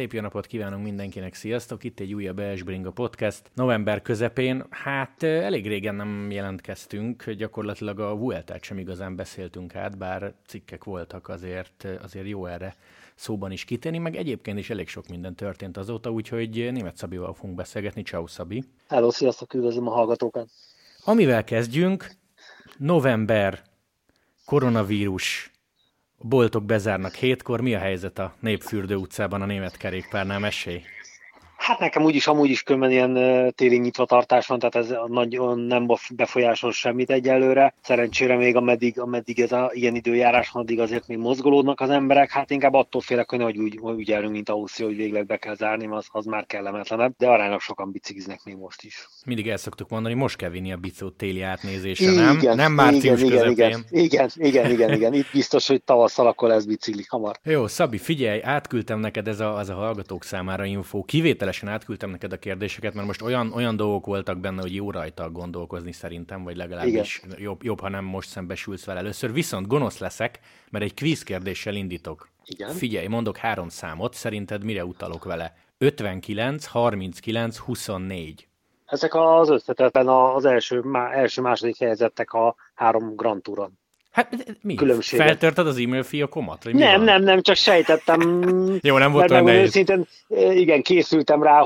Szép jó napot kívánunk mindenkinek, sziasztok! Itt egy újabb ES Bringa Podcast. November közepén, elég régen nem jelentkeztünk, gyakorlatilag a Vueltát sem igazán beszéltünk át, bár cikkek voltak, azért jó erre szóban is kitérni, meg egyébként is elég sok minden történt azóta, úgyhogy Németh Szabival fogunk beszélgetni. Ciao, Szabi! Hello, sziasztok, üdvözlöm a hallgatókat! Amivel kezdjünk, november, koronavírus, boltok bezárnak 7-kor, mi a helyzet a Népfürdő utcában a Német kerékpárnál? Mesélj! Hát nekem amúgy is különben ilyen téli nyitvatartás van, tehát ez nagyon nem befolyásol semmit egyelőre. Szerencsére még ameddig ez a ilyen időjárás van, addig azért még mozgolódnak az emberek. Hát inkább attól félek, hogy nehogy úgy elünk, mint Ausztria, hogy végleg be kell zárni, az már kellemetlenebb, de aránylag sokan bicikliznek még most is. Mindig el szoktuk mondani, most kell vinni a bicót téli átnézésre, nem? Nem március közepén. Igen. Itt biztos, hogy tavasszal akkor lesz bicikli hamar. Jó, Szabi, figyelj, átküldtem neked az a hallgatók számára infó. Kivételesen átküldtem neked a kérdéseket, mert most olyan dolgok voltak benne, hogy jó rajta gondolkozni szerintem, vagy legalábbis jobb, ha nem most szembesülsz vele először. Viszont gonosz leszek, mert egy kvíz kérdéssel indítok. Igen. Figyelj, mondok 3 számot, szerinted mire utalok vele? 59, 39, 24. Ezek az összetetben az első-második helyezettek a 3 Grand Touron. Hát mi? Különbséget. Feltörted az e-mail fiókomat? Nem, csak sejtettem. Jó, nem volt olyan nehéz. Őszintén, igen, készültem rá,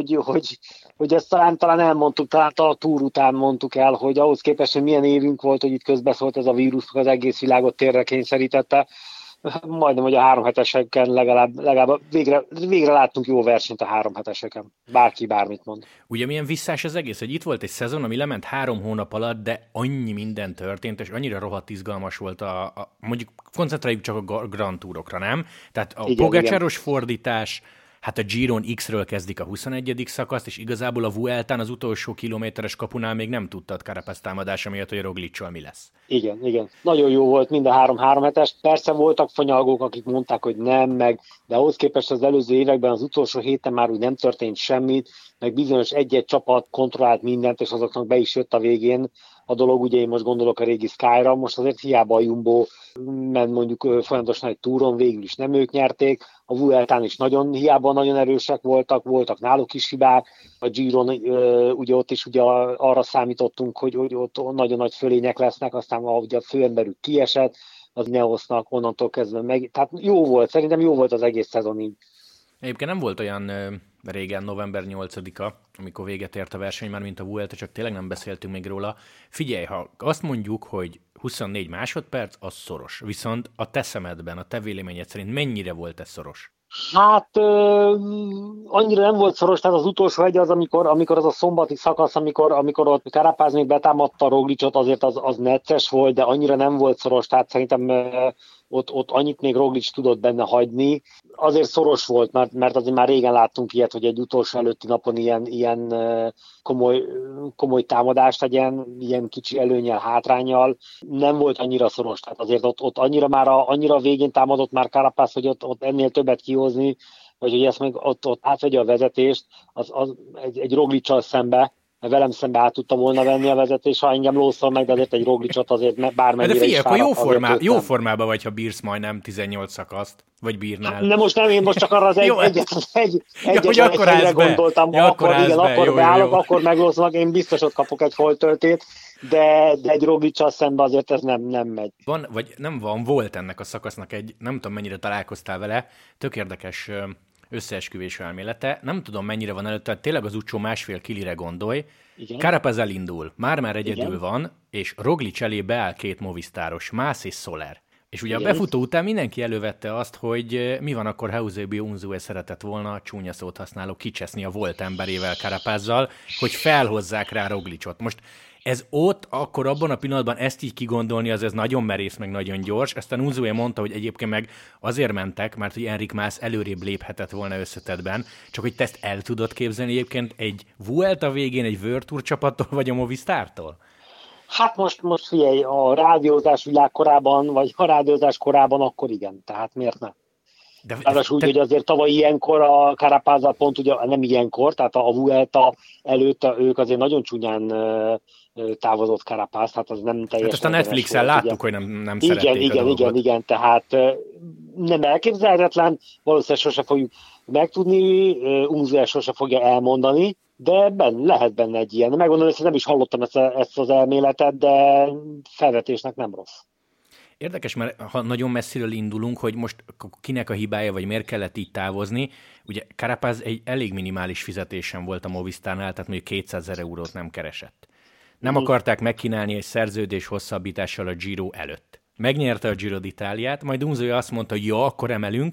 hogy ezt talán elmondtuk, talán a túr után mondtuk el, hogy ahhoz képest, hogy milyen évünk volt, hogy itt közbeszólt ez a vírus, az egész világot térre kényszerítette. Majdnem, hogy a 3 heteseken legalább végre láttunk jó versenyt a 3 heteseken. Bárki bármit mond. Ugye milyen visszás az egész, hogy itt volt egy szezon, ami lement 3 hónap alatt, de annyi minden történt, és annyira rohadt izgalmas volt mondjuk koncentráljuk csak a Grand Tourokra, nem? Tehát a Pogačaros fordítás, hát a Giron X-ről kezdik a 21. szakaszt, és igazából a Vueltán az utolsó kilométeres kapunál még nem tudtad Carapaz támadása miatt, hogy Roglic-sal mi lesz. Igen. Nagyon jó volt mind a 3 hetes. Persze voltak fanyalgók, akik mondták, hogy nem, de ahhoz képest az előző években, az utolsó héten már úgy nem történt semmit, meg bizonyos egy-egy csapat kontrollált mindent, és azoknak be is jött a végén a dolog. Ugye én most gondolok a régi Skyra, most azért hiába a Jumbo ment mondjuk folyamatosan egy túron, végül is nem ők nyerték, a Vueltán is hiába nagyon erősek voltak náluk is hibák, a Giron ugye ott is ugye arra számítottunk, hogy ott nagyon nagy fölények lesznek, aztán ugye a főemberük kiesett, az Ineosnak onnantól kezdve meg, tehát jó volt, szerintem jó volt az egész szezon így. Egyébként nem volt olyan régen, november 8-a, amikor véget ért a verseny, már mint a Vuelta, csak tényleg nem beszéltünk még róla. Figyelj, ha azt mondjuk, hogy 24 másodperc, az szoros. Viszont a te szemedben, a te véleményed szerint mennyire volt ez szoros? Hát annyira nem volt szoros, tehát az utolsó egy az, amikor az a szombati szakasz, amikor ott Carapaz még betámadta Roglicot, azért az necces volt, de annyira nem volt szoros, tehát szerintem ott annyit még Roglic tudott benne hagyni. Azért szoros volt, mert azért már régen láttunk ilyet, hogy egy utolsó előtti napon ilyen komoly támadást legyen, ilyen kicsi előnnyel, hátránnyal. Nem volt annyira szoros, tehát azért ott annyira végén támadott már Carapaz, hogy ott ennél többet kihozni, vagy hogy ezt meg ott átvegye a vezetést, az egy Roglic-sal szembe, mert velem szembe át tudta volna venni a vezetés, ha engem lószol meg, de azért egy Roglicot azért bármennyire de figyelj, is akkor jó formában vagy, ha bírsz majdnem 18 szakaszt, vagy bírnál. De most nem, én most csak arra az egyre gondoltam, akkor beállok, akkor meglószolnak, én biztos ott kapok egy holtöltét, de egy Roglic-sal szembe azért ez nem megy. Volt ennek a szakasznak nem tudom mennyire találkoztál vele, tök érdekes összeesküvés elmélete. Nem tudom, mennyire van előtte, tényleg az utcsó 1,5 kilire gondolj. Carapaz elindul, már egyedül van, és Roglic elé beáll 2 Movistáros, Mas és Soler. És ugye a befutó után mindenki elővette azt, hogy mi van akkor, ha Eusebio Unzue szeretett volna, a csúnya szót használó, kicseszni a volt emberével Carapazzal, hogy felhozzák rá Roglicot. Most ez ott, akkor abban a pillanatban ezt így kigondolni, az ez nagyon merész, meg nagyon gyors. Aztán Unzue mondta, hogy egyébként meg azért mentek, mert hogy Enric Mas előrébb léphetett volna összetettben, csak hogy te ezt el tudod képzelni egyébként egy Vuelta végén, egy World Tour csapattól, vagy a Movistártól? Hát most figyelj, a rádiózás világkorában, vagy a rádiózás korában akkor igen, tehát miért nem? Ráadásul úgy, hogy azért tavaly ilyenkor a Carapaz pont ugye nem ilyenkor, tehát a Vuelta előtt ők azért nagyon csúnyán távozott Carapaz, tehát az nem teljesen. Hát azt a Netflixen láttuk, ugye, hogy nem szerették a dolgot. Igen, tehát nem elképzelhetetlen, valószínűleg sose fogjuk megtudni, Umzuel sose fogja elmondani, de lehet benne egy ilyen. Megmondom, hogy nem is hallottam ezt az elméletet, de felvetésnek nem rossz. Érdekes, mert ha nagyon messziről indulunk, hogy most kinek a hibája, vagy miért kellett így távozni, ugye Carapaz egy elég minimális fizetésen volt a Movistárnál, tehát mondjuk 200 000 eurót nem keresett. Nem akarták megkínálni egy szerződés hosszabbítással a Giro előtt. Megnyerte a Giro d'Italiát, majd Unzója azt mondta, hogy ja, akkor emelünk,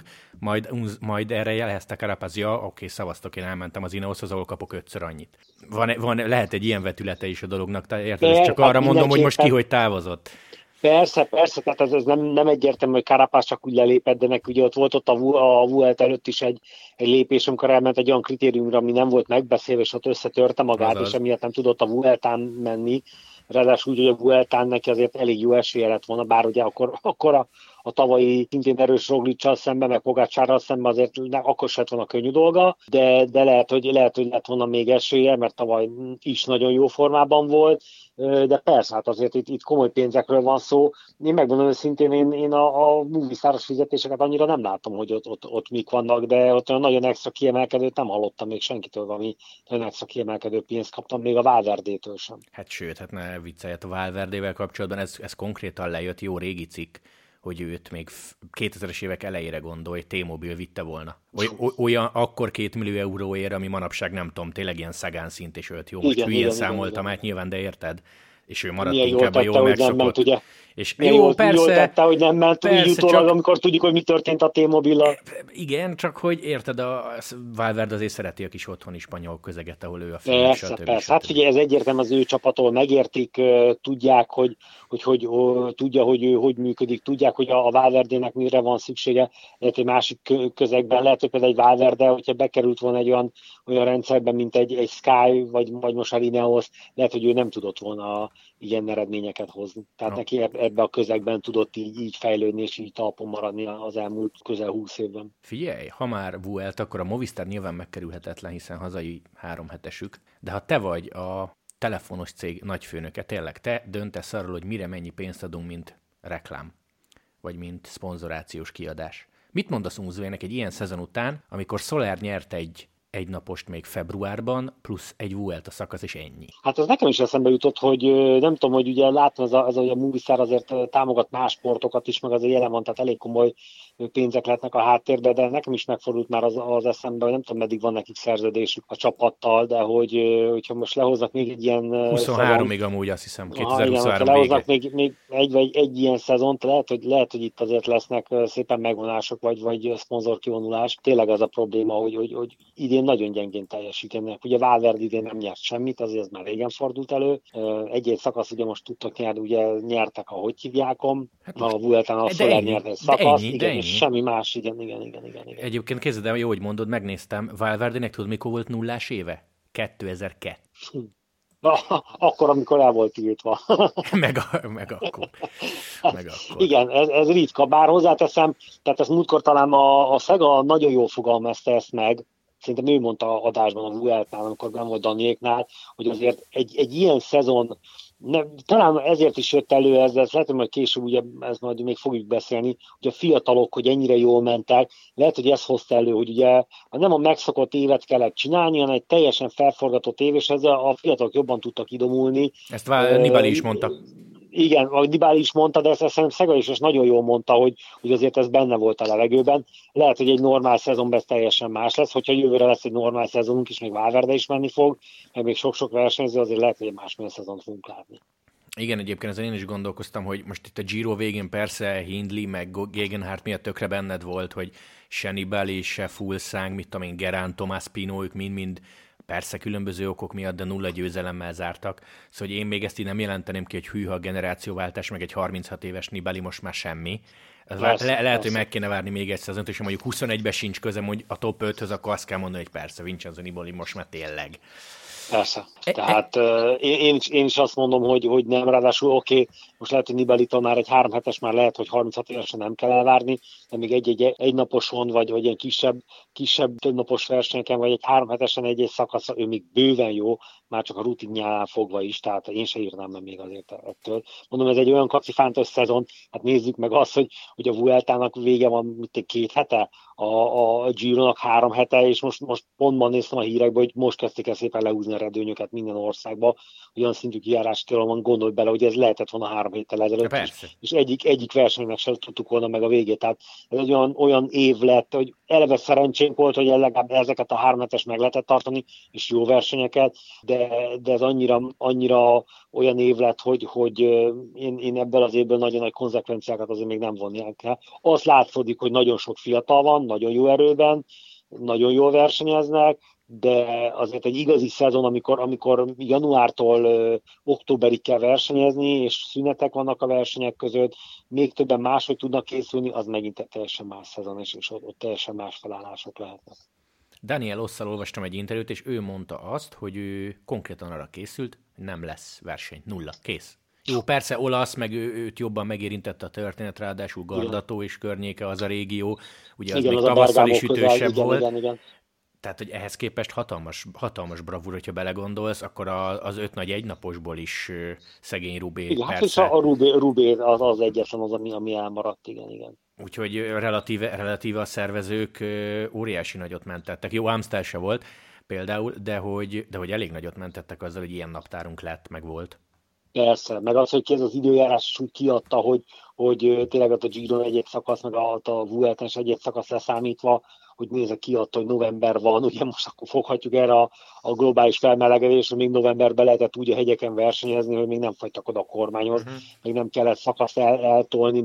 majd erre jelezte Carapaz, ja, oké, szavaztok, én elmentem az Ineoshoz, ahol kapok 5-ször annyit. Lehet egy ilyen vetülete is a dolognak, érted? Csak arra mondom, hogy most ki, hogy távozott. Persze, tehát ez nem egyértelmű, hogy Carapaz csak úgy lelépett, de neki ugye ott a Vuelta előtt is egy lépés, amikor elment egy olyan kritériumra, ami nem volt megbeszélve, és ott összetörte magát, és emiatt nem tudott a Vueltán menni. Ráadásul úgy, hogy a Vueltán neki azért elég jó esélye lett volna, bár ugye akkor a tavalyi szintén erős Rogličsal szemben, meg Pogačarral szemben azért akkor se lett volna könnyű dolga, de lehet, hogy lett volna még esélye, mert tavaly is nagyon jó formában volt, de persze, hát azért itt komoly pénzekről van szó. Én megmondom őszintén, én a Moviszáros fizetéseket annyira nem látom, hogy ott mik vannak, de ott olyan nagyon extra kiemelkedőt nem hallottam még senkitől, ami nagyon extra kiemelkedő pénzt kaptam, még a Valverdétől sem. Hát sőt, hát ne vicceljet, a Valverdével kapcsolatban ez konkrétan lejött, jó régi cikk, hogy őt még 2000-es évek elejére gondolj, T-Mobile vitte volna. Olyan akkor 2 millió euróért, ami manapság nem tudom, tényleg ilyen Sagan szint és öt. Jó, most hülyén számoltam át, nyilván, de érted? És ő maradt inkább a jól megszokott. És jó, persze. Jól tette, hogy nem ment úgy utólag, amikor tudjuk, hogy mi történt a T-Mobile-lal. Igen, csak hogy érted, a Valverde azért szereti a kis otthoni spanyol közeget, ahol ő a film, Persze. Hát figyelj, ez egyértelmű az ő csapatól, megértik, tudják, hogy tudja, hogy ő hogy működik, tudják, hogy a Valverdének mire van szüksége, lehet egy másik közegben, lehet, hogy például egy Valverde, hogyha bekerült volna egy olyan rendszerben, mint egy Sky, vagy most a Ineos, lehet, hogy ő nem tudott volna ilyen eredményeket hozni. Tehát neki ebbe a közegben tudott így fejlődni, és így talpon maradni az elmúlt közel 20 évben. Figyelj, ha már Vuelta, akkor a Movistar nyilván megkerülhetetlen, hiszen hazai 3 hetesük, de ha te vagy a telefonos cég nagyfőnöke, tényleg te döntesz arról, hogy mire mennyi pénzt adunk, mint reklám, vagy mint szponzorációs kiadás. Mit mondasz Unzuének egy ilyen szezon után, amikor Soler nyert egy napost még februárban, plusz egy Vuelta szakasz, és ennyi? Hát ez nekem is eszembe jutott, hogy nem tudom, hogy ugye látom, hogy a Movistar azért támogat más sportokat is, meg azért jelen van, tehát elég komoly pénzek lehetnek a háttérben, de nekem is megfordult már az eszembe, hogy nem tudom, meddig van nekik szerződésük a csapattal, de hogyha most lehoznak még egy ilyen 23-ig amúgy azt hiszem, 2023 lehoznak még egy ilyen szezont, lehet, hogy itt azért lesznek szépen megvonások, vagy szponzorkivonulás. Tényleg az a probléma, hogy idén nagyon gyengén teljesítenek. Ugye Valverde idén nem nyert semmit, azért ez már régen fordult elő. Egy-egy szakasz ugye most tudtak nyerni, ugye nyertek, ahogy hívjákom. Hát a Vueltán a Soler nyert egy szakasz, igen, és semmi más, igen. Egyébként kézzed el, jó, hogy mondod, megnéztem, Valverdének tudod, mikor volt nullás éve? 2002. Akkor, amikor el volt tiltva. meg akkor. Igen, ez ritka, bár hozzáteszem, tehát ezt múltkor talán a Szega nagyon jól fogalmazta ezt meg, szerintem ő mondta adásban a Vueltán, amikor nem volt Daniéknál, hogy azért egy ilyen szezon, talán ezért is jött elő ez lehet, hogy majd később, ugye ezt majd még fogjuk beszélni, hogy a fiatalok, hogy ennyire jól mentek, lehet, hogy ez hozta elő, hogy ugye nem a megszokott évet kellett csinálni, hanem egy teljesen felforgatott év, és ezzel a fiatalok jobban tudtak idomulni. Ezt Nibali is mondta. Igen, a Nibali is mondta, de ezt szerintem Szega is nagyon jól mondta, hogy azért ez benne volt a levegőben. Lehet, hogy egy normál szezonban ez teljesen más lesz, hogyha jövőre lesz egy normál szezonunk is, még Valverde is menni fog, meg még sok-sok versenyző, azért lehet, hogy egy másmilyen szezont fogunk látni. Igen, egyébként ezen én is gondolkoztam, hogy most itt a Giro végén persze Hindley meg Gegenhardt miatt tökre benned volt, hogy se Nibali, se Fuglsang, mit tudom én, Geraint, Thomas Pinot, ők mind persze különböző okok miatt, de 0 győzelemmel zártak. Szóval hogy én még ezt így nem jelenteném ki, hogy hűha a generációváltás, meg egy 36 éves Nibali most már semmi. Lehet, hogy meg kéne várni még egy szezont, és ha mondjuk 21-ben sincs köze hogy a top 5-höz, akkor azt kell mondani, hogy persze, Vincenzo Nibali most már tényleg. Persze. Tehát én is azt mondom, hogy nem, ráadásul oké, most lehet, hogy Nibalitól már egy 3 hetes, már lehet, hogy 36 évesen nem kell elvárni, de még egy naposon, vagy ilyen kisebb több napos versenyeken, vagy egy 3 hetesen egy szakasz, ő még bőven jó, már csak a rutinjánál fogva is, tehát én se írnám meg még azért ettől. Mondom, ez egy olyan kacifántos szezon, hát nézzük meg azt, hogy a Vueltának vége van, mint 2 hete, a Gironak 3 hete, és most pontban néztem a hírekben, hogy most kezdték el szépen lehúzni a redőnyöket minden országba, olyan szintű kijárástól van, gondolj bele, hogy ez lehetett volna 3 héttel ezelőtt, és egyik versenynek sem tudtuk volna meg a végét. Tehát ez egy olyan év lett, hogy eleve szerencsénk volt, hogy legalább ezeket a 3 hetes meg lehetett tartani, és jó versenyeket, de ez annyira olyan év lett, hogy én ebből az évből nagyon nagy konzekvenciákat azért még nem vonják el. Azt látszódik, hogy nagyon sok fiatal van, nagyon jó erőben, nagyon jól versenyeznek, de azért egy igazi szezon, amikor januártól októberig kell versenyezni, és szünetek vannak a versenyek között, még többen máshogy tudnak készülni, az megint egy teljesen más szezon, és ott teljesen más felállások lehetnek. Daniel Osszal olvastam egy interjút, és ő mondta azt, hogy ő konkrétan arra készült, hogy nem lesz verseny, 0, kész. Jó, persze olasz, meg őt jobban megérintette a történet, ráadásul Gardató és környéke az a régió, ugye az még tavasszal is ütősebb volt. Igen. Tehát, hogy ehhez képest hatalmas bravúr, hogyha belegondolsz, akkor az 5 nagy egynaposból is szegény Rubé. Igen, persze. Hát és a Rubé az egyetlen az, ami elmaradt, igen. Úgyhogy relatíve a szervezők óriási nagyot mentettek. Jó, Amstel se volt például, de hogy elég nagyot mentettek azzal, hogy ilyen naptárunk lett, meg volt. Persze, meg az, hogy ez az időjárás úgy kiadta, hogy tényleg a Giron egy szakasz, meg a Vueltán egy szakasz leszámítva, hogy nézze kiadta, hogy november van, ugye most akkor foghatjuk erre a globális felmelegedésre, még novemberben lehetett úgy a hegyeken versenyezni, hogy még nem fagytak oda a kormányhoz, még nem kellett szakaszt eltolni,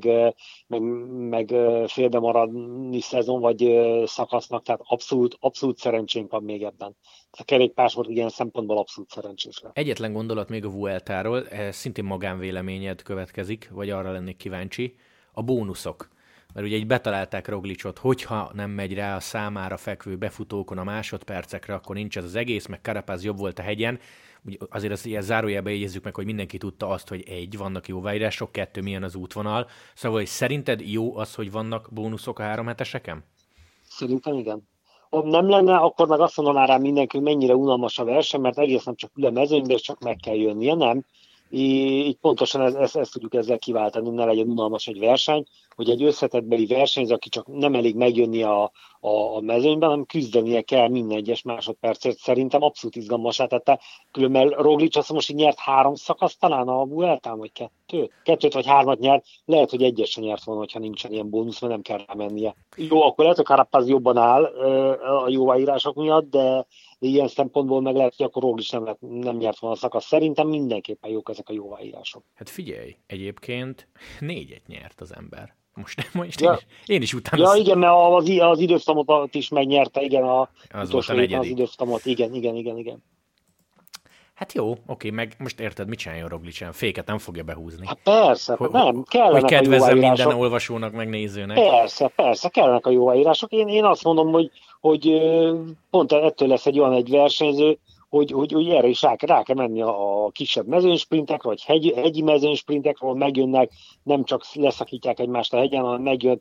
meg félbe maradni szezon vagy szakasznak, tehát abszolút szerencsénk van még ebben. A kerékpársport ilyen szempontból abszolút szerencsés lett. Egyetlen gondolat még a Vueltáról, szintén magánvéleményed következik, vagy arra lennék kíváncsi, a bónuszok. Mert ugye így betalálták Roglicot, hogyha nem megy rá a számára fekvő befutókon a másodpercekre, akkor nincs ez az egész, meg Carapaz jobb volt a hegyen. Ugye azért azt ilyen zárójelbe jegyezzük meg, hogy mindenki tudta azt, hogy 1, vannak jóváírások, 2, milyen az útvonal. Szóval, hogy szerinted jó az, hogy vannak bónuszok a 3 heteseken? Szerintem igen. Ha nem lenne, akkor meg azt mondaná rá mindenki, hogy mennyire unalmas a verseny, mert egész nap csak ül a mezőnybe, és csak meg kell jönnie, nem? Így pontosan ezt tudjuk ezzel kiváltani, ne legyen unalmas egy verseny, hogy egy összetettbeli versenyző, aki csak nem elég megjönni a mezőnyben, hanem küzdenie kell minden egyes másodpercért. Szerintem abszolút izgalmasá tette. Különben Roglic azt most így nyert 3 szakaszt talán a Vueltán, vagy 2 vagy 3 nyert. Lehet, hogy egyet sem nyert volna, ha nincsen ilyen bónusz, mert nem kell rámennie. Jó, akkor lehet, hogy Carapaz jobban áll a jóváírások miatt, de ilyen szempontból meg lehet, hogy akkor Roglic nem nyert volna a szakasz. Szerintem mindenképpen jók ezek a jóváírások. Hát figyelj, egyébként 4-et nyert az ember. Most ja. én is utána... Ja, igen, mert az időfutamot is megnyerte, igen, az volt a negyedik. Az időfutamot, igen. Hát jó, oké, meg most érted, mit csináljon Roglic, féket nem fogja behúzni. Hát persze, nem, kellenek hogy kedvezzem minden olvasónak, meg nézőnek. Persze, kellenek a jóváírások. Én azt mondom, hogy pont ettől lesz egy versenyző, hogy erre is rá kell menni a kisebb mezőnysprintekre, vagy hegyi mezőnysprintekre, ahol megjönnek, nem csak leszakítják egymást a hegyen, hanem megjön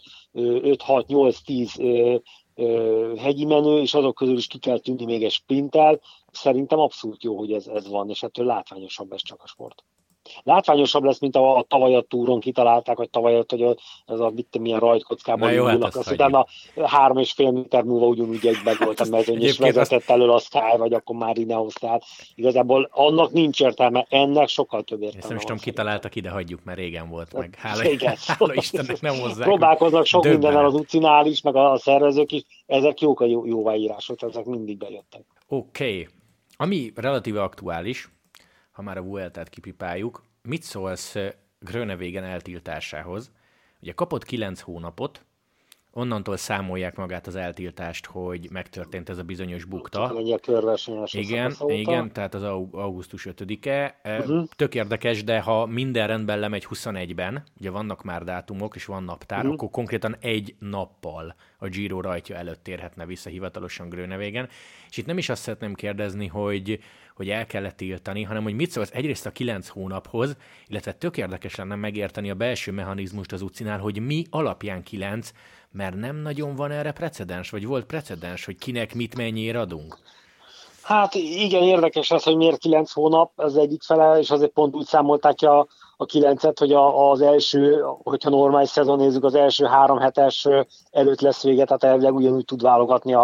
5-6-8-10 hegyi menő, és azok közül is ki kell tűnni még egy sprinttel. Szerintem abszolút jó, hogy ez van, és ettől látványosabb lesz csak a sport. Látványosabb lesz, mint a tavaly a túron kitalálták, hogy tavaly hogy ez a milyen rajtkockában indulnak. Azt utána 3,5 méter múlva ugyanúgy egyben volt a mezőny, és vezetett elől a Sky, vagy akkor már Ineos. Tehát igazából annak nincs értelme, ennek sokkal több értelme. Ezt nem is tudom, kitaláltak, ide hagyjuk, mert régen volt meg. Hála Istennek nem hozzák. Próbálkoznak sok mindennel az utcinál is, meg a szervezők is. Ezek jók a jóváírások, ezek mindig bejöttek. Oké. Ami relatíve aktuális, ha már a Vueltát kipipáljuk, mit szólsz Groenewegen eltiltásához? Ugye kapott 9 hónapot, onnantól számolják magát az eltiltást, hogy megtörtént ez a bizonyos bukta. Egy körversenyes igen, tehát az augusztus 5-e. Tök érdekes, de ha minden rendben lemegy 21-ben, ugye vannak már dátumok és van naptár, akkor konkrétan egy nappal a Giro rajtja előtt térhetne vissza hivatalosan Groenewegen. És itt nem is azt szeretném kérdezni, hogy el kellett tiltani, hanem hogy mit szólsz egyrészt a 9 hónaphoz, illetve tök érdekes lenne megérteni a belső mechanizmust az UCI-nál, hogy mi alapján 9, mert nem nagyon van erre precedens, vagy volt precedens, hogy kinek mit mennyire adunk? Hát igen, érdekes az, hogy miért 9 hónap, az egyik fele, és azért pont úgy számolták ki a 9-et, hogy az első, hogyha normális szezon nézzük, az első 3 hetes előtt lesz vége, tehát elvileg ugyanúgy tud válogatni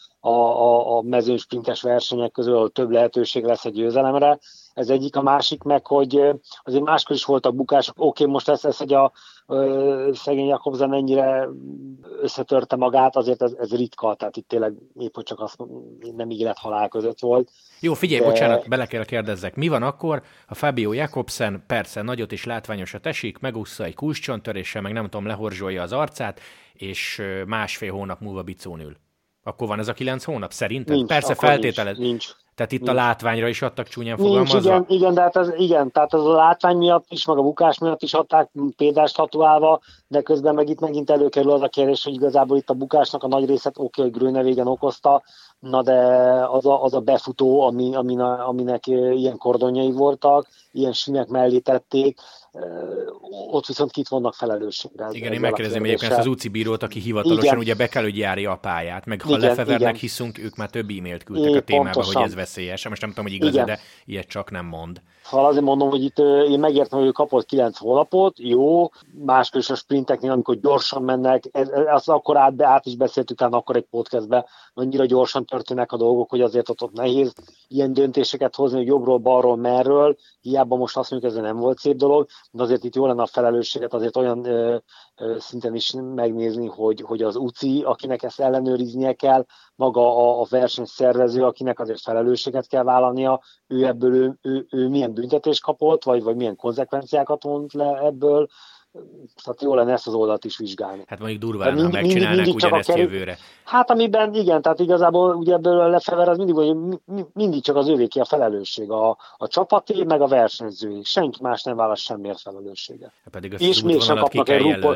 a mezőn sprintes versenyek közül, ahol több lehetőség lesz a győzelemre. Ez egyik, a másik meg, hogy azért máskor is voltak bukások. Oké, most ez, hogy a szegény Jakobsen ennyire összetörte magát, azért ez ritka, tehát itt tényleg épp, hogy csak azt nem élet-halál között volt. Jó, figyelj, bocsánat, bele kell kérdezzek. Mi van akkor, ha Fabio Jakobsen persze nagyot és látványosat esik, megúszza egy kulcscsonttöréssel, meg nem tudom, lehorzsolja az arcát, és 1,5 hónap múlva bicón ül? Akkor van ez a 9 hónap? Szerinted? Nincs, persze feltételez. Nincs. Tehát itt a látványra is adtak csúnyán fogalmazva? Tehát ez a látvány miatt is, meg a bukás miatt is adták példás tatuálva, de közben meg itt megint előkerül az a kérdés, hogy igazából itt a bukásnak a nagy részét hogy Groenewegen okozta, na de az a befutó, aminek ilyen kordonjai voltak, ilyen sínek mellé tették, ott viszont kit vannak felelősségre. Igen, én megkérdezem egyébként ezt az UCI bírót, aki hivatalosan ugye be kell, hogy járja a pályát, meg ha Lefevernek hiszünk, ők már több e-mailt küldtek a témába, pontosan. Hogy ez veszélyes. Most nem tudom, hogy igaz, de ilyet csak nem mond. Szóval azért mondom, hogy itt én megértem, hogy ő kapott 9 hónapot, jó, máskor is a sprinteknél, amikor gyorsan mennek, azt akkor át is beszéltük talán akkor egy podcastben, annyira gyorsan történnek a dolgok, hogy azért ott nehéz ilyen döntéseket hozni, hogy jobbról, balról, merről, hiába most azt mondjuk, ez nem volt szép dolog, de azért itt jó lenne a felelősséget azért olyan szinten is megnézni, hogy az UCI, akinek ezt ellenőriznie kell, maga a versenyszervező, akinek azért felelősséget kell vállalnia, ő ebből ő milyen büntetést kapott, vagy milyen konzekvenciákat vont le ebből. Tehát jó lenne ezt az oldalt is vizsgálni. Hát mondjuk durván, ha megcsinálnak ugyanezt jövőre. Hát amiben igen, tehát igazából ugye ebből a Lefever az mindig csak az övéké a felelősség, a csapaté, meg a versenyzői. Senki más nem válasz semmiért felelősségre. Pedig és mégsem kapnak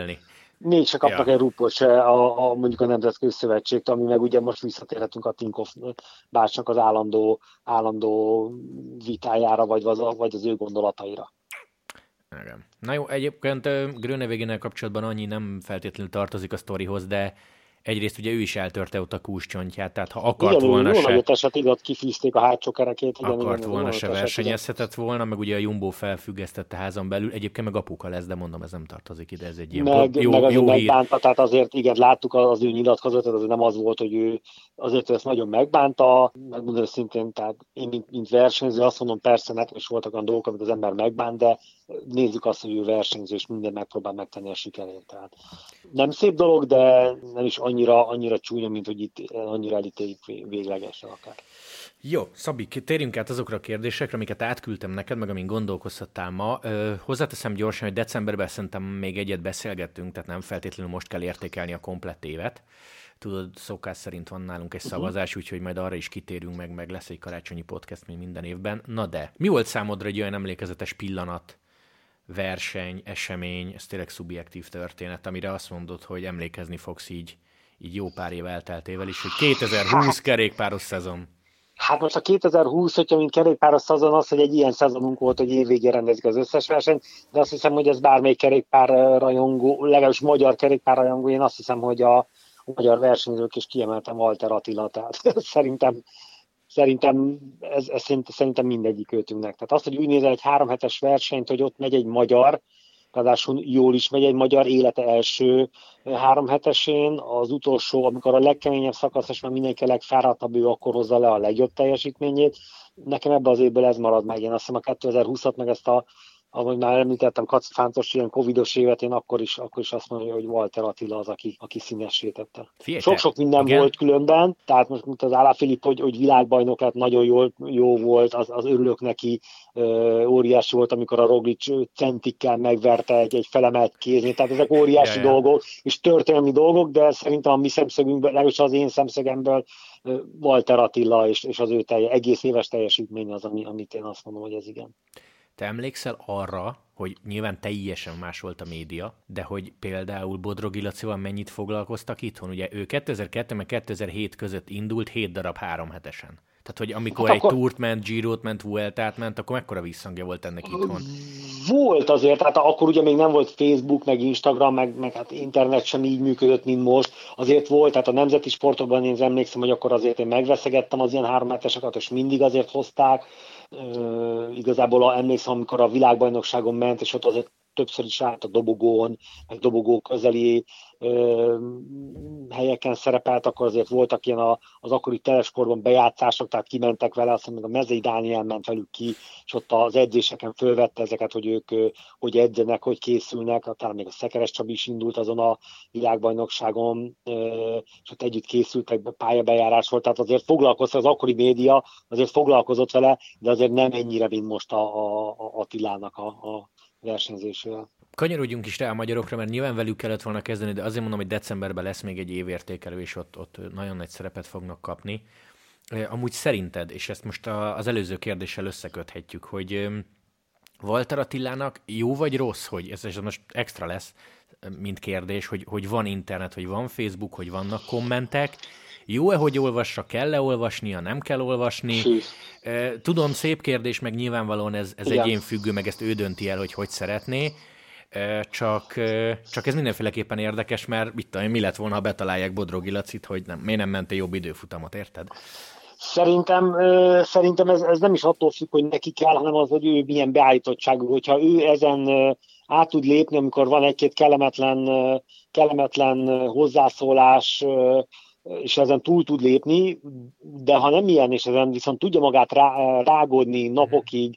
egy rúpot se mondjuk a Nemzetközi Szövetségtől, ami meg ugye most visszatérhetünk a Tinkoff bácsnak az állandó vitájára, vagy az ő gondolataira. Igen. Na jó, egyébként Groenewegennel kapcsolatban annyi nem feltétlenül tartozik a sztorihoz, de egyrészt ugye ő is eltörte ott a kúscsontját, tehát ha akart volna se... Igen, eset kifűzték a hátsó kerekét. Akart volna se versenyezhetett volna, meg ugye a Jumbo felfüggesztette házon belül, egyébként meg apuka lesz, de mondom, ez nem tartozik ide, ez egy ilyen jó hír. Megbánta, tehát azért igen, láttuk az ő nyilatkozatot, azért nem az volt, hogy ő azért ezt nagyon megbánta, megmondom szintén, tehát én mint versenyző azt mondom, persze nekem is voltak olyan dolgok, amit az ember megbánt, de nézzük azt, hogy ő versenyző, és minden megpróbál megtenni a sikerét. Tehát nem szép dolog, de nem is annyira csúnya, mint hogy itt annyira elítéljük véglegesen akár. Jó, Szabi, térjünk át azokra a kérdésekre, amiket átküldtem neked, meg amin gondolkozhattál ma. Hozzáteszem gyorsan, hogy decemberben szerintem még egyet beszélgettünk, tehát nem feltétlenül most kell értékelni a komplett évet. Tudod, szokás szerint van nálunk egy szavazás, úgyhogy majd arra is kitérünk, meg lesz egy karácsonyi podcast még minden évben. Na de, mi volt számodra egy olyan emlékezetes pillanat, verseny, esemény, ez tényleg szubjektív történet, amire azt mondod, hogy emlékezni fogsz így jó pár év elteltével is, hogy 2020 kerékpáros szezon. Hát most a 2020, hogyha mint kerékpáros szezon az, hogy egy ilyen szezonunk volt, hogy évvégén rendezik az összes versenyt, de azt hiszem, hogy ez bármelyik kerékpárrajongó, legalábbis magyar kerékpárrajongó, én azt hiszem, hogy a magyar versenyzők is kiemeltem Walter Attila, tehát szerintem ez mindegyik őtünknek. Tehát azt, hogy úgy nézel egy 3 hetes versenyt, hogy ott megy egy magyar, ráadásul jól is megy egy magyar élete első 3 hetesén, az utolsó, amikor a legkeményebb szakasz, és már mindenki a legfáradtabb, ő akkor hozza le a legjobb teljesítményét. Nekem ebben az évből ez marad meg. Én azt hiszem a 2020-at, meg ezt a ahogy már említettem, kacifántos ilyen covidos évet, én akkor is azt mondja, hogy Walter Attila az, aki színessé tette. Sok-sok minden volt különben, tehát most mint az Alaphilippe, hogy világbajnok lett, nagyon jó volt, az örülök neki, óriási volt, amikor a Roglic centikkel megverte egy felemelt kézni, tehát ezek óriási dolgok, és történelmi dolgok, de szerintem a mi szemszögünkből, legalábbis az én szemszögemből Walter Attila és az ő egész éves teljesítmény az, amit én azt mondom, hogy ez igen. Te emlékszel arra, hogy nyilván teljesen más volt a média, de hogy például Bodrogi Lacival mennyit foglalkoztak itthon? Ugye ő 2002 meg 2007 között indult 7 darab 3 hetesen. Tehát, hogy amikor egy túrt ment, Girót ment, Vueltát ment, akkor mekkora visszhangja volt ennek itthon? Volt azért, hát akkor ugye még nem volt Facebook, meg Instagram, meg hát internet sem így működött, mint most. Azért volt, tehát a nemzeti sportokban én emlékszem, hogy akkor azért én megveszegettem az ilyen 3 heteseket, és mindig azért hozták. Igazából emlékszem, amikor a világbajnokságon ment, és ott azért többször is állt a dobogón, meg dobogó közeli helyeken szerepelt, akkor azért voltak ilyen az akkori telesportban bejátszások, tehát kimentek vele, azt mondom, a Mezei Dániel ment velük ki, és ott az edzéseken fölvette ezeket, hogy ők hogy edzenek, hogy készülnek, talán még a Szekeres Csabi is indult azon a világbajnokságon, és ott együtt készültek, pályabejárás volt, tehát azért foglalkozott, az akkori média azért foglalkozott vele, de azért nem ennyire, mint most a Attilának a versenyzésével. Kanyarodjunk is rá a magyarokra, mert nyilván velük kellett volna kezdeni, de azért mondom, hogy decemberben lesz még egy évértékelő, és ott nagyon nagy szerepet fognak kapni. Amúgy szerinted, és ezt most az előző kérdéssel összeköthetjük, hogy Walter Attilának jó vagy rossz, hogy ez most extra lesz, mint kérdés, hogy van internet, hogy van Facebook, hogy vannak kommentek, jó-e, hogy olvassa, kell-e olvasnia, nem kell olvasni? Tudom, szép kérdés, meg nyilvánvalóan ez egyénfüggő, meg ezt ő dönti el, hogy szeretné. Csak ez mindenféleképpen érdekes, mert mi lett volna, ha betalálják Bodrogi Lacit, hogy miért nem mentél jobb időfutamot, érted? Szerintem ez nem is attól függ, hogy neki kell, hanem az, hogy ő milyen beállítottságú. Hogyha ő ezen át tud lépni, amikor van egy-két kellemetlen hozzászólás, és ezen túl tud lépni, de ha nem ilyen, és ezen viszont tudja magát rágódni napokig,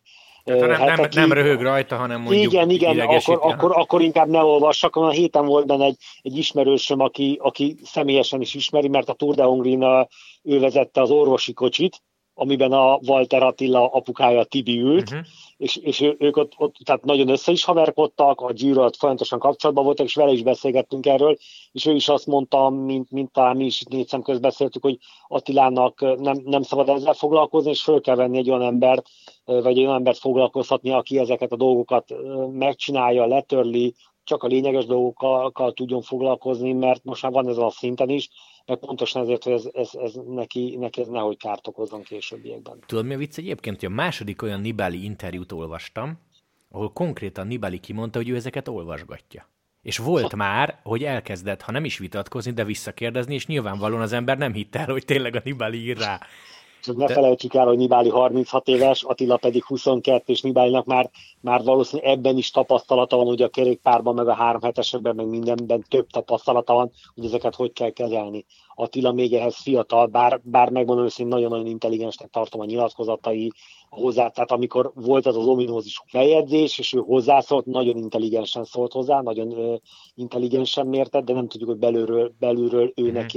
nem röhög rajta, hanem mondjuk igen, akkor inkább ne olvassak. A héten volt benne egy ismerősöm, aki személyesen is ismeri, mert a Tour de Hongrin ő vezette az orvosi kocsit, amiben a Walter Attila apukája Tibi ült, és ők ott tehát nagyon össze is haverkodtak, a Giro-t folyamatosan kapcsolatban voltak, és vele is beszélgettünk erről, és ő is azt mondta, mint talán mi is itt 4 szem közt beszéltük, hogy Attilának nem szabad ezzel foglalkozni, és föl kell venni egy olyan embert, vagy egy olyan embert foglalkoztatni, aki ezeket a dolgokat megcsinálja, letörli, csak a lényeges dolgokkal tudjon foglalkozni, mert most már van ez a szinten is, meg pontosan ezért, hogy ez neki ez nehogy kárt okozzon későbbiekben. Tudod, mi a vicc egyébként, hogy a második olyan Nibali interjút olvastam, ahol konkrétan Nibali kimondta, hogy ő ezeket olvasgatja. És volt már, hogy elkezdett, ha nem is vitatkozni, de visszakérdezni, és nyilvánvalóan az ember nem hitte el, hogy tényleg a Nibali ír rá. Csak ne felejtsük el, hogy Nibali 36 éves, Attila pedig 22, és Nibalinak már valószínűleg ebben is tapasztalata van, hogy a kerékpárban, meg a 3 hetesekben, meg mindenben több tapasztalata van, hogy ezeket hogy kell kezelni. Attila még ehhez fiatal, bár megmondom őszintén, nagyon-nagyon intelligensnek tartom a nyilatkozatai hozzá, tehát amikor volt az ominózis feljegyzés, és ő hozzászólt, nagyon intelligensen szólt hozzá, nagyon intelligensen mértett, de nem tudjuk, hogy belülről ő neki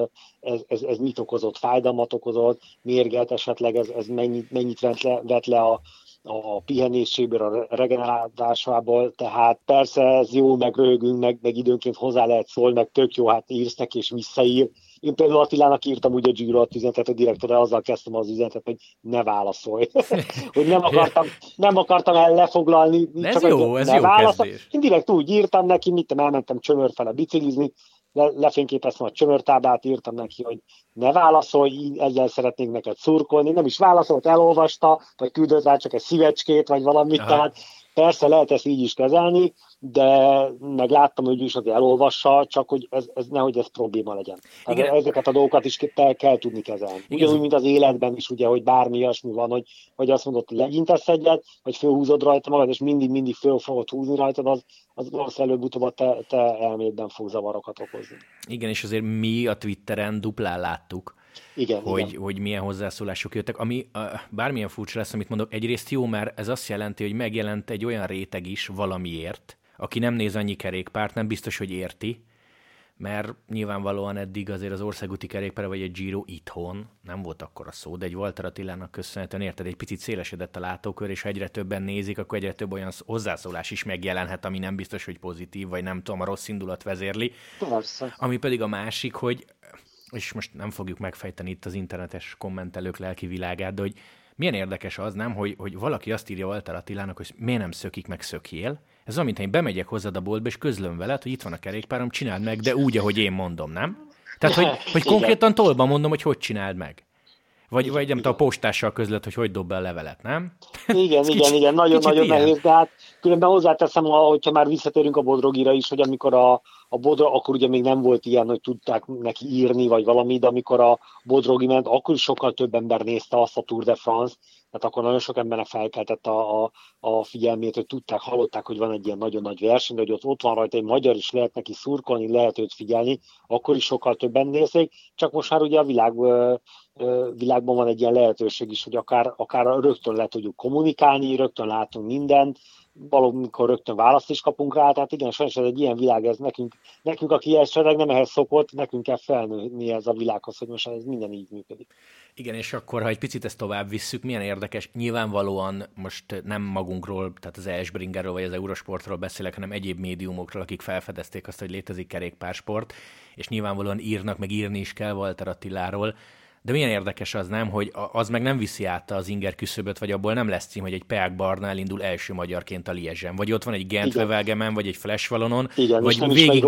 ez mit okozott, fájdalmat okozott, mérget esetleg, ez mennyit vett le a pihenéséből, a regenerálásából, tehát persze ez jó, meg röhögünk, meg időnként hozzá lehet szólni, meg tök jó, hát írsz neki és visszaír. Én például Attilának írtam úgy a Giro-t üzenetet, a direktorra, azzal kezdtem az üzenetet, hogy ne válaszolj. Hogy nem akartam el lefoglalni. Ez csak jó, ez jó kezdés. Én direkt úgy írtam neki, elmentem Csömörfele biciklizni, lefényképeztem a csömörtáblát, írtam neki, hogy ne válaszolj, ezzel szeretnénk neked szurkolni. Nem is válaszolt, elolvasta, vagy küldött rá csak egy szívecskét, vagy valamit. Tehát persze lehet ezt így is kezelni, de meg láttam, hogy ő is azért elolvassa, csak hogy ez nehogy ez probléma legyen. Ezeket a dolgokat is kell tudni kezelni. Ugyanúgy, mint az életben is, ugye, hogy bármi ilyesmi van, hogy azt mondod, hogy legyintesz egyet, vagy fölhúzod rajta magad, és mindig föl fogod húzni rajtad, az valószínűleg előbb-utóbb a te elmédben fog zavarokat okozni. Igen, és azért mi a Twitteren duplán láttuk, hogy milyen hozzászólások jöttek. Ami bármilyen furcsa lesz, amit mondok, egyrészt jó, mert ez azt jelenti, hogy megjelent egy olyan réteg is valamiért, aki nem néz annyi kerékpárt, nem biztos, hogy érti, mert nyilvánvalóan eddig azért az országúti kerékpár vagy egy Giro itthon nem volt akkora szó, de egy Walter Attilának köszönhetően, érted, egy picit szélesedett a látókör, és ha egyre többen nézik, akkor egyre több olyan hozzászólás is megjelenhet, ami nem biztos, hogy pozitív, vagy nem tudom, a rossz indulat vezérli. Persze. Ami pedig a másik, hogy, és most nem fogjuk megfejteni itt az internetes kommentelők lelki világát, de hogy milyen érdekes az, nem, hogy valaki azt írja Walter Attilának, hogy miért nem szökik, meg szökjél. Ez olyan, mintha én bemegyek hozzád a boltba, és közlöm veled, hogy itt van a kerékpárom, csináld meg, de úgy, ahogy én mondom, nem? Tehát, hogy konkrétan tolban mondom, hogy csináld meg. Vagy nem tudom, a postással közlöd, hogy dob be a levelet, nem? Igen, nagyon-nagyon nehéz, de hát különben hozzáteszem, hogyha már visszatérünk a Bodrogira is, hogy amikor a Bodrog, akkor ugye még nem volt ilyen, hogy tudták neki írni, vagy valami, de amikor a Bodrogi ment, akkor is sokkal több ember nézte azt a Tour de France, tehát akkor nagyon sok embernek felkeltett a figyelmét, hogy tudták, hallották, hogy van egy ilyen nagyon nagy verseny, hogy ott van rajta egy magyar is, lehet neki szurkolni, lehet őt figyelni, akkor is sokkal többen nézték, csak most már ugye a világban van egy ilyen lehetőség is, hogy akár rögtön le tudjuk kommunikálni, rögtön látunk mindent, valamikor rögtön választ is kapunk rá, tehát igen, sajnos ez egy ilyen világ, ez nekünk aki esetleg nem ehhez szokott, nekünk kell felnőni ez a világhoz, hogy most ez minden így működik. Igen, és akkor, ha egy picit ezt tovább visszük, milyen érdekes, nyilvánvalóan most nem magunkról, tehát az Espringerről vagy az Eurosportról beszélek, hanem egyéb médiumokról, akik felfedezték azt, hogy létezik kerékpársport, és nyilvánvalóan írnak, meg írni is kell Walter Attiláról, de milyen érdekes az, nem, hogy az meg nem viszi át az inger küszöböt, vagy abból nem lesz cím, hogy egy Peák Barna elindul első magyarként a Liège-en, vagy ott van egy Gent-Wevelgemen, vagy egy Flashvallonon, vagy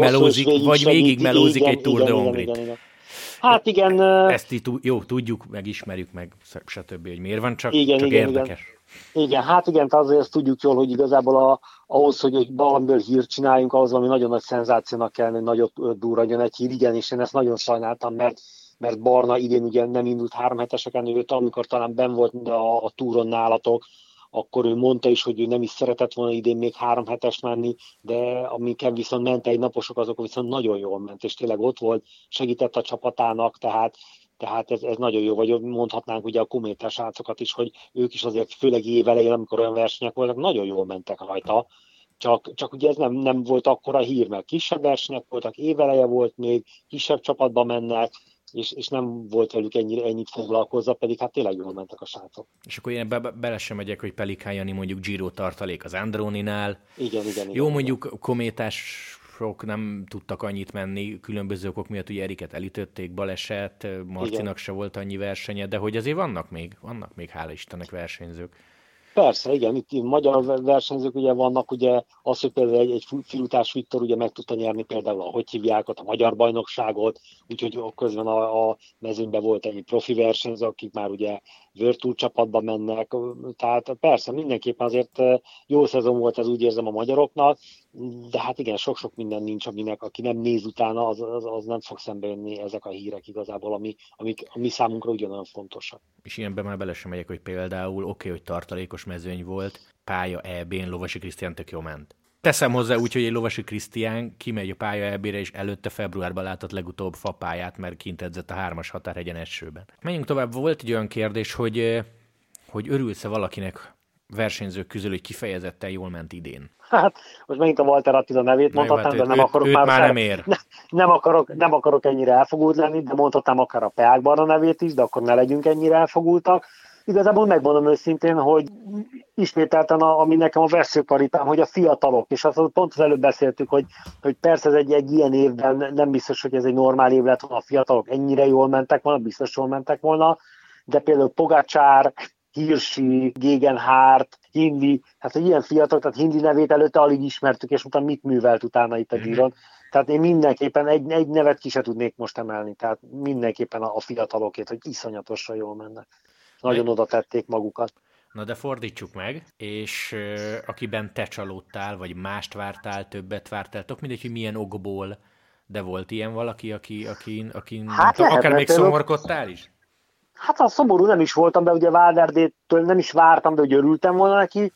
végigmelózik egy Tour de Hongrie. Hát igen. Ezt így jó, tudjuk, megismerjük meg, stb., hogy miért van, csak érdekes. Igen, hát igen, azért ezt tudjuk jól, hogy igazából ahhoz, hogy valamiből hírt csináljunk, ahhoz valami nagyon nagy szenzációnak kell, hogy nagyobb durranjon egy hír, igen, és én ezt nagyon sajnáltam, mert Barna idén ugye nem indult 3 heteseken, ő amikor talán benn volt a túron nálatok, akkor ő mondta is, hogy ő nem is szeretett volna idén még 3 hetes menni, de amiken viszont ment egy naposok, azok viszont nagyon jól ment, és tényleg ott volt, segített a csapatának, tehát ez nagyon jó, vagy mondhatnánk ugye a Kométás srácokat is, hogy ők is azért főleg évelején, amikor olyan versenyek voltak, nagyon jól mentek rajta. Csak ugye ez nem volt akkora hír, mert kisebb versenyek voltak, éveleje volt még, kisebb csapatba mennek, és nem volt velük ennyit foglalkozza, pedig hát tényleg jól mentek a srácok. És akkor én bele sem megyek, hogy Pelikán Jani mondjuk Giro tartalék az Androninál. Igen. Jó, mondjuk kométások nem tudtak annyit menni, különböző okok miatt ugye Eriket elütötték, baleset, Marcinak se volt annyi versenye, de hogy azért vannak még hála Istennek versenyzők. Persze, igen, itt magyar versenyzők ugye vannak, ugye az, hogy például egy Filutás Viktor ugye meg tudta nyerni például hogy hívják ott a magyar bajnokságot, úgyhogy közben a mezőnyben volt egy profi versenyző, akik már ugye World Tour csapatba mennek, tehát persze mindenképpen azért jó szezon volt ez, úgy érzem, a magyaroknak, de hát igen, sok-sok minden nincs, aki nem néz utána, az nem fog szembe jönni ezek a hírek igazából, ami számunkra ugyanolyan fontosak. És ilyenben már bele sem megyek, hogy például oké, hogy tartalékos mezőny volt, pálya EB-n Lovasi Krisztián tök jó ment. Teszem hozzá úgy, hogy egy Lovasi Krisztián kimegy a pálya EB-re, és előtte februárban látott legutóbb fapályát, mert kint edzett a 3-as határhegyen esőben. Menjünk tovább, volt egy olyan kérdés, hogy örülsz-e valakinek versenyzők közül, hogy kifejezetten jól ment idén? Hát, most megint a Walter Attila nevét mondhatnám, de nem akarok már nem ér. Nem akarok ennyire elfogult lenni, de mondhatnám akár a Peák Barna nevét is, de akkor ne legyünk ennyire elfogultak. Igazából megmondom őszintén, hogy ismételten, ami nekem a veszőparipám, hogy a fiatalok, és azt pont az előbb beszéltük, hogy persze ez egy ilyen évben nem biztos, hogy ez egy normál év lett volna, a fiatalok ennyire jól mentek volna, biztos jól mentek volna, de például Pogačar, Hirschi, Gegenhardt, Hindley, hát egy ilyen fiatal, tehát Hindley nevét előtte alig ismertük, és utána mit művelt utána itt a Giron. Tehát én mindenképpen egy nevet ki se tudnék most emelni, tehát mindenképpen a fiatalokét, hogy iszonyatosan jól mennek. Nagyon oda tették magukat. Na de fordítsuk meg, és akiben te csalódtál, vagy mást vártál, többet vártál, tök mindegy, hogy milyen okból, de volt ilyen valaki, akin hát akár még szomorkodtál is? Hát a szomorú nem is voltam, de ugye Valderdétől nem is vártam, de hogy örültem volna neki,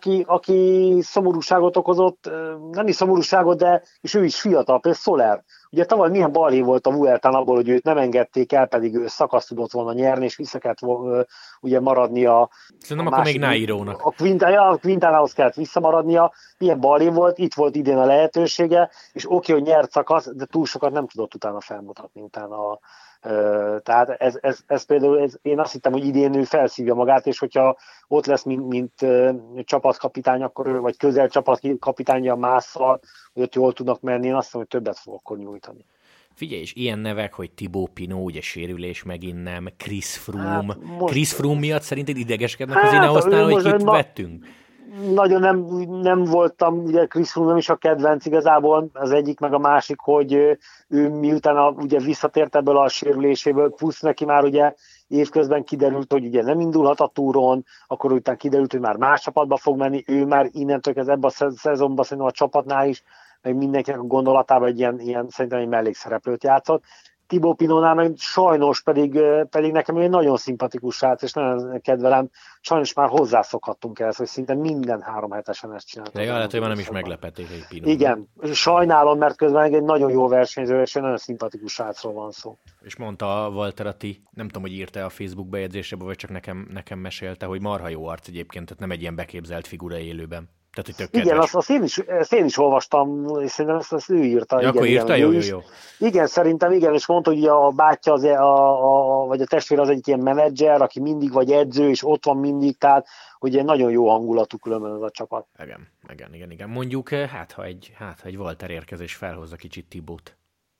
aki szomorúságot okozott, nem is szomorúságot, de és ő is fiatal, például Soler. Ugye tavaly milyen balhé volt a Vueltán abból, hogy őt nem engedték el, pedig ő szakaszt tudott volna nyerni, és vissza kellett ugye maradnia. Szerintem akkor még Nairónak. A Quintánához kellett visszamaradnia. Milyen balhé volt, itt volt idén a lehetősége, és oké, hogy nyert szakasz, de túl sokat nem tudott utána felmutatni utána. Tehát ez például, én azt hittem, hogy idén ő felszívja magát, és hogyha ott lesz, mint csapatkapitány, akkor, vagy közel csapatkapitánya Másszal, hogy ott jól tudnak menni, én azt hiszem, hogy többet fog akkor nyújtani. Figyelj, és ilyen nevek, hogy Thibaut Pinot, ugye sérülés megint nem, Chris Froome. Chris Froome miatt szerinted idegeskednek az Ineosznál, hogy kit vettünk? Nagyon nem voltam, ugye Chris Froome nem is a kedvenc igazából, az egyik meg a másik, hogy ő miután ugye visszatért ebből a sérüléséből, plusz neki már ugye évközben kiderült, hogy ugye nem indulhat a túron, akkor utána kiderült, hogy már más csapatba fog menni, ő már innentől kezdve ebben a szezonban szerintem a csapatnál is, meg mindenkinek a gondolatában egy ilyen szerintem egy mellékszereplőt játszott. Thibaut Pinotnál meg sajnos pedig nekem egy nagyon szimpatikus srác, és nagyon kedvelem, sajnos már hozzászokhattunk ehhez, hogy szinte minden 3 hetesen ezt csináltam. De lehet, hogy már nem is meglepették egy Pinot. Igen, sajnálom, mert közben egy nagyon jó versenyző, és egy nagyon szimpatikus srácról van szó. És mondta Walter Atti, nem tudom, hogy írta a Facebook bejegyzésebe, vagy csak nekem mesélte, hogy marha jó arc egyébként, tehát nem egy ilyen beképzelt figura élőben. Tehát, hogy igen, azt én is olvastam, és szerintem ezt ő írta. Ja, igen, akkor írta? Igen, jó. Igen, szerintem igen, és mondta, hogy a bátyja vagy a testvér az egy ilyen menedzser, aki mindig vagy edző, és ott van mindig, tehát hogy egy nagyon jó hangulatú különben az a csapat. Igen. Mondjuk, hát ha egy Walter érkezés felhozza kicsit Thibaut.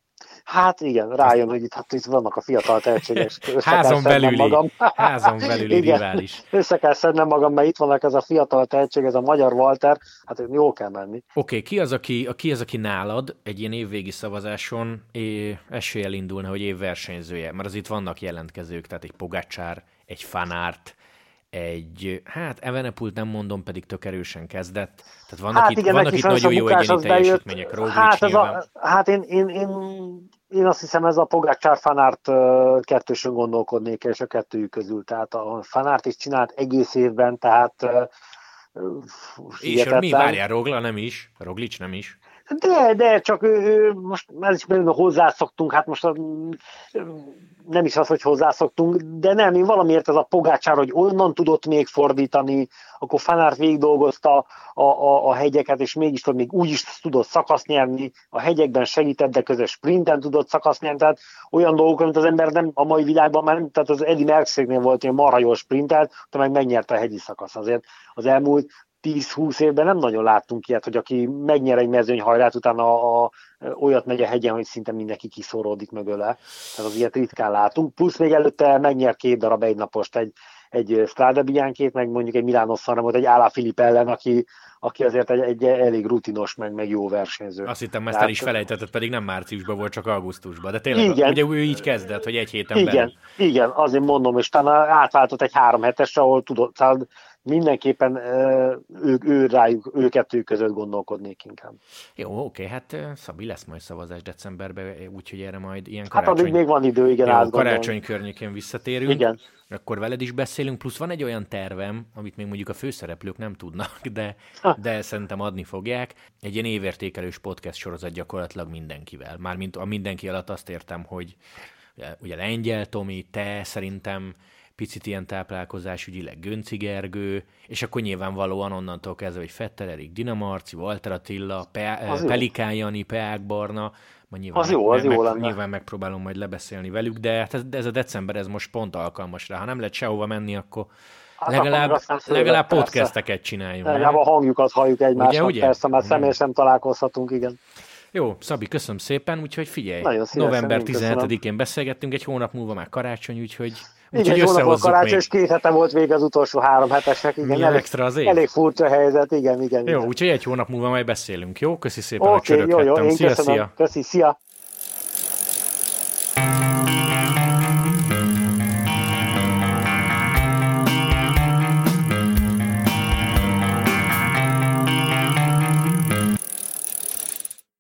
Hát igen, rájön, hogy itt vannak a fiatal tehetséges. Házon belüli rivális. Össze kell szednem magam, mert itt vannak ez a fiatal tehetség, ez a magyar Walter, hát jó kell menni. Oké, ki az, aki nálad egy ilyen évvégi szavazáson eséllyel indulna, hogy év versenyzője? Mert az itt vannak jelentkezők, tehát egy Pogačar, egy Van Aert, Evenepoel nem mondom, pedig tök erősen kezdett. Tehát vannak itt nagyon jó egyéni teljesítmények. Én azt hiszem, ez a Pogačar Van Aert kettősön gondolkodnék, és a kettőjük közül. Tehát a Van Aert is csinált egész évben, tehát és mi várjál, Roglič nem is. De csak most ez is például hozzászoktunk, hát most nem is az, hogy hozzászoktunk, de nem, én valamiért ez a Pogačar, hogy onnan tudott még fordítani, akkor Van Aert végig dolgozta a hegyeket, és mégis még úgy is tudott szakaszt nyerni, a hegyekben segített, de közös sprinten tudott szakaszt nyerni, tehát olyan dolgok, amit az ember nem a mai világban már nem, tehát az Eddie Merckxnél volt ilyen marha jól sprintelt, de meg megnyerte a hegyi szakasz. Azért az elmúlt 10-20 évben nem nagyon láttunk ilyet, hogy aki megnyer egy mezőnyhajrát, utána olyat megy a hegyen, hogy szinte mindenki kiszóródik mögöle. Tehát az ilyet ritkán látunk. Plusz még előtte megnyert 2 darab egynapost, egy Strade Bianchét, meg mondjuk egy Milano Sanremót, egy Alaphilippe ellen, aki azért egy elég rutinos, meg jó versenyző. Azt hittem, ezt el is felejtetted, pedig nem márciusban volt, csak augusztusban. De tényleg, igen, ugye ő így kezdett, hogy egy héten belül. Igen, azért mondom, és talán átváltott egy 3 hetesre, ahol tudott, tehát mindenképpen ő kettő között gondolkodnék inkább. Jó, oké, hát Szabi, lesz majd szavazás decemberben, úgyhogy erre majd ilyen karácsony... Hát addig még van idő, igen, átgondolni. Karácsony környékén visszatérünk. Igen. Akkor veled is beszélünk, plusz van egy olyan tervem, amit még mondjuk a főszereplők nem tudnak, de szerintem adni fogják. Egy ilyen évértékelős podcast sorozat gyakorlatilag mindenkivel. Mármint a mindenki alatt azt értem, hogy ugye Lengyel Tomi, te szerintem picit ilyen táplálkozásügyileg Gönci Gergő, és akkor nyilvánvalóan onnantól kezdve, hogy Fetter Erik, Dina Marci, Walter Attila, Pelikán Jani, Peák Barna, nyilván megpróbálom majd lebeszélni velük, de hát ez a december, ez most pont alkalmas rá. Ha nem lehet sehova menni, akkor legalább podcasteket csináljunk. Legalább a hangjukat halljuk egymásnak, ugye? Persze, már személyesen találkozhatunk, igen. Jó, Szabi, köszönöm szépen, úgyhogy figyelj, november 17-én beszélgettünk, egy hónap múlva már karácsony, úgyhogy összehozzuk karácsony, és 2 hete volt vége az utolsó 3 hetesnek, igen, elég furcsa helyzet, igen. Jó, úgyhogy egy hónap múlva majd beszélünk, jó? Köszi szépen, hogy csöröghettem. Jó, én köszönöm. Szia!